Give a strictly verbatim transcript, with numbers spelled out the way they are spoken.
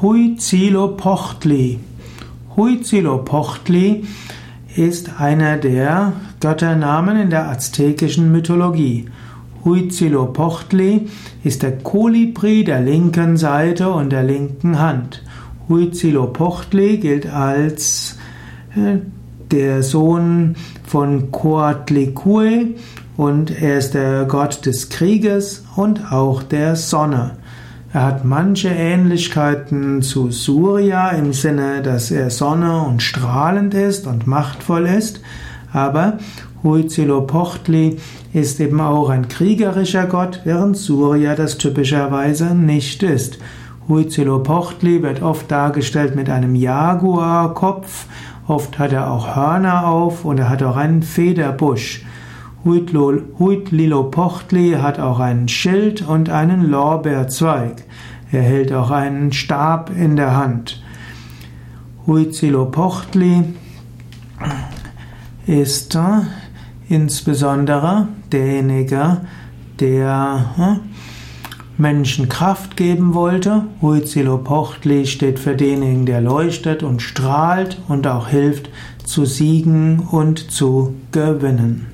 Huitzilopochtli. Huitzilopochtli ist einer der Götternamen in der aztekischen Mythologie. Huitzilopochtli ist der Kolibri der linken Seite und der linken Hand. Huitzilopochtli gilt als äh, der Sohn von Coatlicue und er ist der Gott des Krieges und auch der Sonne. Er hat manche Ähnlichkeiten zu Surya im Sinne, dass er Sonne und strahlend ist und machtvoll ist, aber Huitzilopochtli ist eben auch ein kriegerischer Gott, während Surya das typischerweise nicht ist. Huitzilopochtli wird oft dargestellt mit einem Jaguarkopf, oft hat er auch Hörner auf und er hat auch einen Federbusch. Huitzilopochtli hat auch einen Schild und einen Lorbeerzweig. Er hält auch einen Stab in der Hand. Huitzilopochtli ist äh, insbesondere derjenige, der äh, Menschen Kraft geben wollte. Huitzilopochtli steht für denjenigen, der leuchtet und strahlt und auch hilft, zu siegen und zu gewinnen.